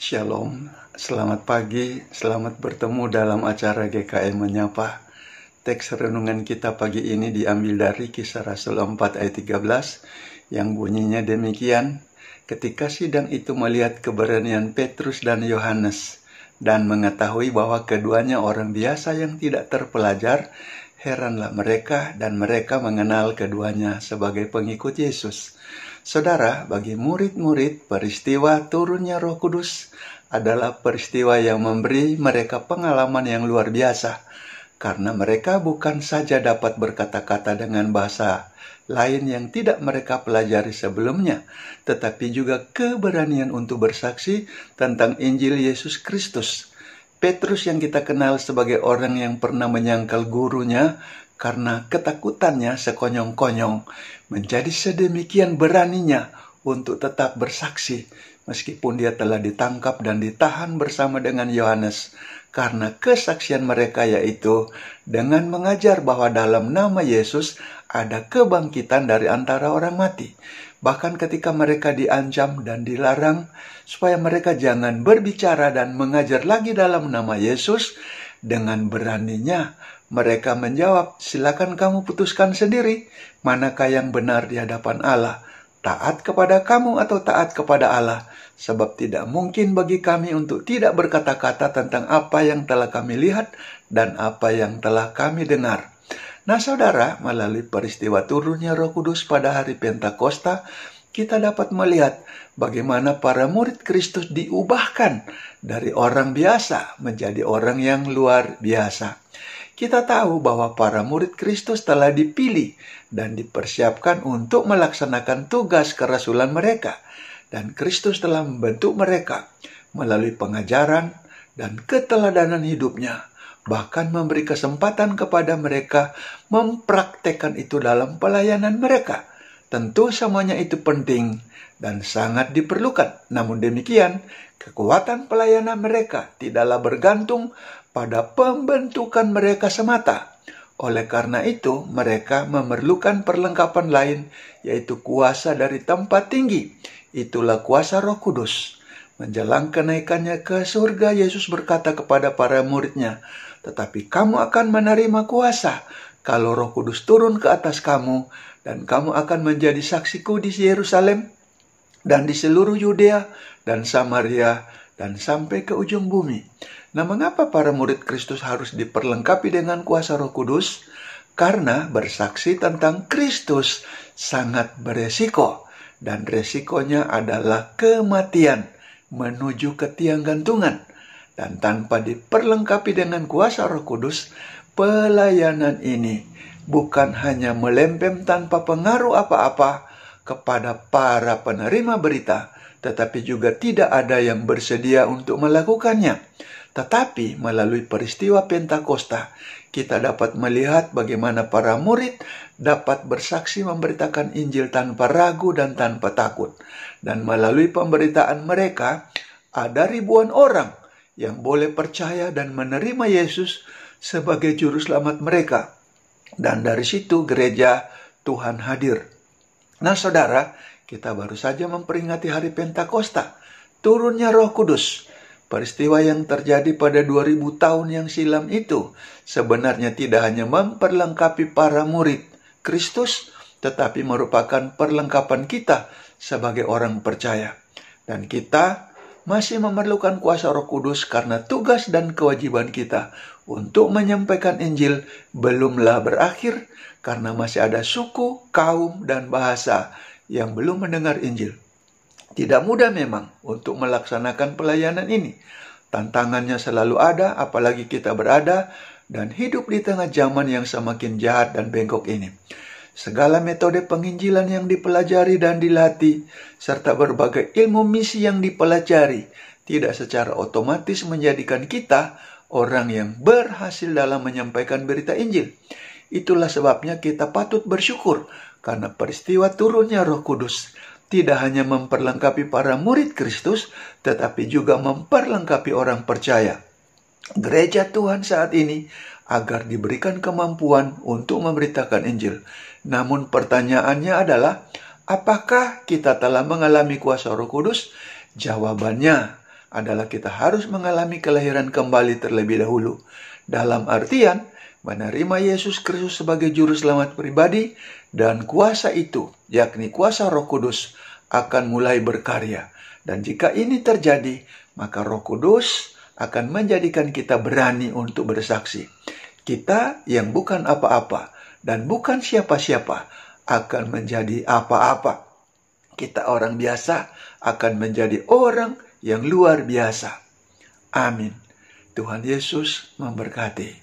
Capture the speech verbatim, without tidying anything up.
Shalom, selamat pagi, selamat bertemu dalam acara G K M Menyapa. Teks renungan kita pagi ini diambil dari Kisah Rasul empat ayat tiga belas yang bunyinya demikian. Ketika sidang itu melihat keberanian Petrus dan Yohanes dan mengetahui bahwa keduanya orang biasa yang tidak terpelajar, heranlah mereka dan mereka mengenal keduanya sebagai pengikut Yesus. Saudara, bagi murid-murid, peristiwa turunnya Roh Kudus adalah peristiwa yang memberi mereka pengalaman yang luar biasa, karena mereka bukan saja dapat berkata-kata dengan bahasa lain yang tidak mereka pelajari sebelumnya, tetapi juga keberanian untuk bersaksi tentang Injil Yesus Kristus. Petrus yang kita kenal sebagai orang yang pernah menyangkal gurunya karena ketakutannya sekonyong-konyong, menjadi sedemikian beraninya untuk tetap bersaksi meskipun dia telah ditangkap dan ditahan bersama dengan Yohanes, karena kesaksian mereka yaitu dengan mengajar bahwa dalam nama Yesus ada kebangkitan dari antara orang mati. Bahkan ketika mereka diancam dan dilarang supaya mereka jangan berbicara dan mengajar lagi dalam nama Yesus, dengan beraninya mereka menjawab, silakan kamu putuskan sendiri manakah yang benar di hadapan Allah, taat kepada kamu atau taat kepada Allah, sebab tidak mungkin bagi kami untuk tidak berkata-kata tentang apa yang telah kami lihat dan apa yang telah kami dengar. Nah saudara, melalui peristiwa turunnya Roh Kudus pada hari Pentakosta, kita dapat melihat bagaimana para murid Kristus diubahkan dari orang biasa menjadi orang yang luar biasa. Kita tahu bahwa para murid Kristus telah dipilih dan dipersiapkan untuk melaksanakan tugas kerasulan mereka. Dan Kristus telah membentuk mereka melalui pengajaran dan keteladanan hidupnya. Bahkan memberi kesempatan kepada mereka mempraktekkan itu dalam pelayanan mereka. Tentu semuanya itu penting dan sangat diperlukan. Namun demikian, kekuatan pelayanan mereka tidaklah bergantung pada pembentukan mereka semata. Oleh karena itu, mereka memerlukan perlengkapan lain, yaitu kuasa dari tempat tinggi. Itulah kuasa Roh Kudus. Menjelang kenaikannya ke surga, Yesus berkata kepada para muridnya, tetapi kamu akan menerima kuasa kalau Roh Kudus turun ke atas kamu, dan kamu akan menjadi saksiku di Yerusalem, dan di seluruh Yudea, dan Samaria, dan sampai ke ujung bumi. Nah, mengapa para murid Kristus harus diperlengkapi dengan kuasa Roh Kudus? Karena bersaksi tentang Kristus sangat beresiko, dan resikonya adalah kematian menuju ke tiang gantungan. Dan tanpa diperlengkapi dengan kuasa Roh Kudus, pelayanan ini bukan hanya melempem tanpa pengaruh apa-apa kepada para penerima berita, tetapi juga tidak ada yang bersedia untuk melakukannya. Tetapi melalui peristiwa Pentakosta, kita dapat melihat bagaimana para murid dapat bersaksi memberitakan Injil tanpa ragu dan tanpa takut. Dan melalui pemberitaan mereka, ada ribuan orang yang boleh percaya dan menerima Yesus sebagai juru selamat mereka. Dan dari situ gereja Tuhan hadir. Nah saudara, kita baru saja memperingati hari Pentakosta, turunnya Roh Kudus. Peristiwa yang terjadi pada dua ribu tahun yang silam itu sebenarnya tidak hanya memperlengkapi para murid Kristus, tetapi merupakan perlengkapan kita sebagai orang percaya. Dan kita masih memerlukan kuasa Roh Kudus karena tugas dan kewajiban kita untuk menyampaikan Injil belumlah berakhir, karena masih ada suku, kaum, dan bahasa yang belum mendengar Injil. Tidak mudah memang untuk melaksanakan pelayanan ini. Tantangannya selalu ada, apalagi kita berada dan hidup di tengah zaman yang semakin jahat dan bengkok ini. Segala metode penginjilan yang dipelajari dan dilatih, serta berbagai ilmu misi yang dipelajari, tidak secara otomatis menjadikan kita orang yang berhasil dalam menyampaikan berita Injil. Itulah sebabnya kita patut bersyukur karena peristiwa turunnya Roh Kudus tidak hanya memperlengkapi para murid Kristus, tetapi juga memperlengkapi orang percaya. Gereja Tuhan saat ini agar diberikan kemampuan untuk memberitakan Injil. Namun pertanyaannya adalah, apakah kita telah mengalami kuasa Roh Kudus? Jawabannya adalah kita harus mengalami kelahiran kembali terlebih dahulu. Dalam artian, menerima Yesus Kristus sebagai juru selamat pribadi, dan kuasa itu, yakni kuasa Roh Kudus, akan mulai berkarya. Dan jika ini terjadi, maka Roh Kudus akan menjadikan kita berani untuk bersaksi. Kita yang bukan apa-apa dan bukan siapa-siapa akan menjadi apa-apa. Kita orang biasa akan menjadi orang yang luar biasa. Amin. Tuhan Yesus memberkati.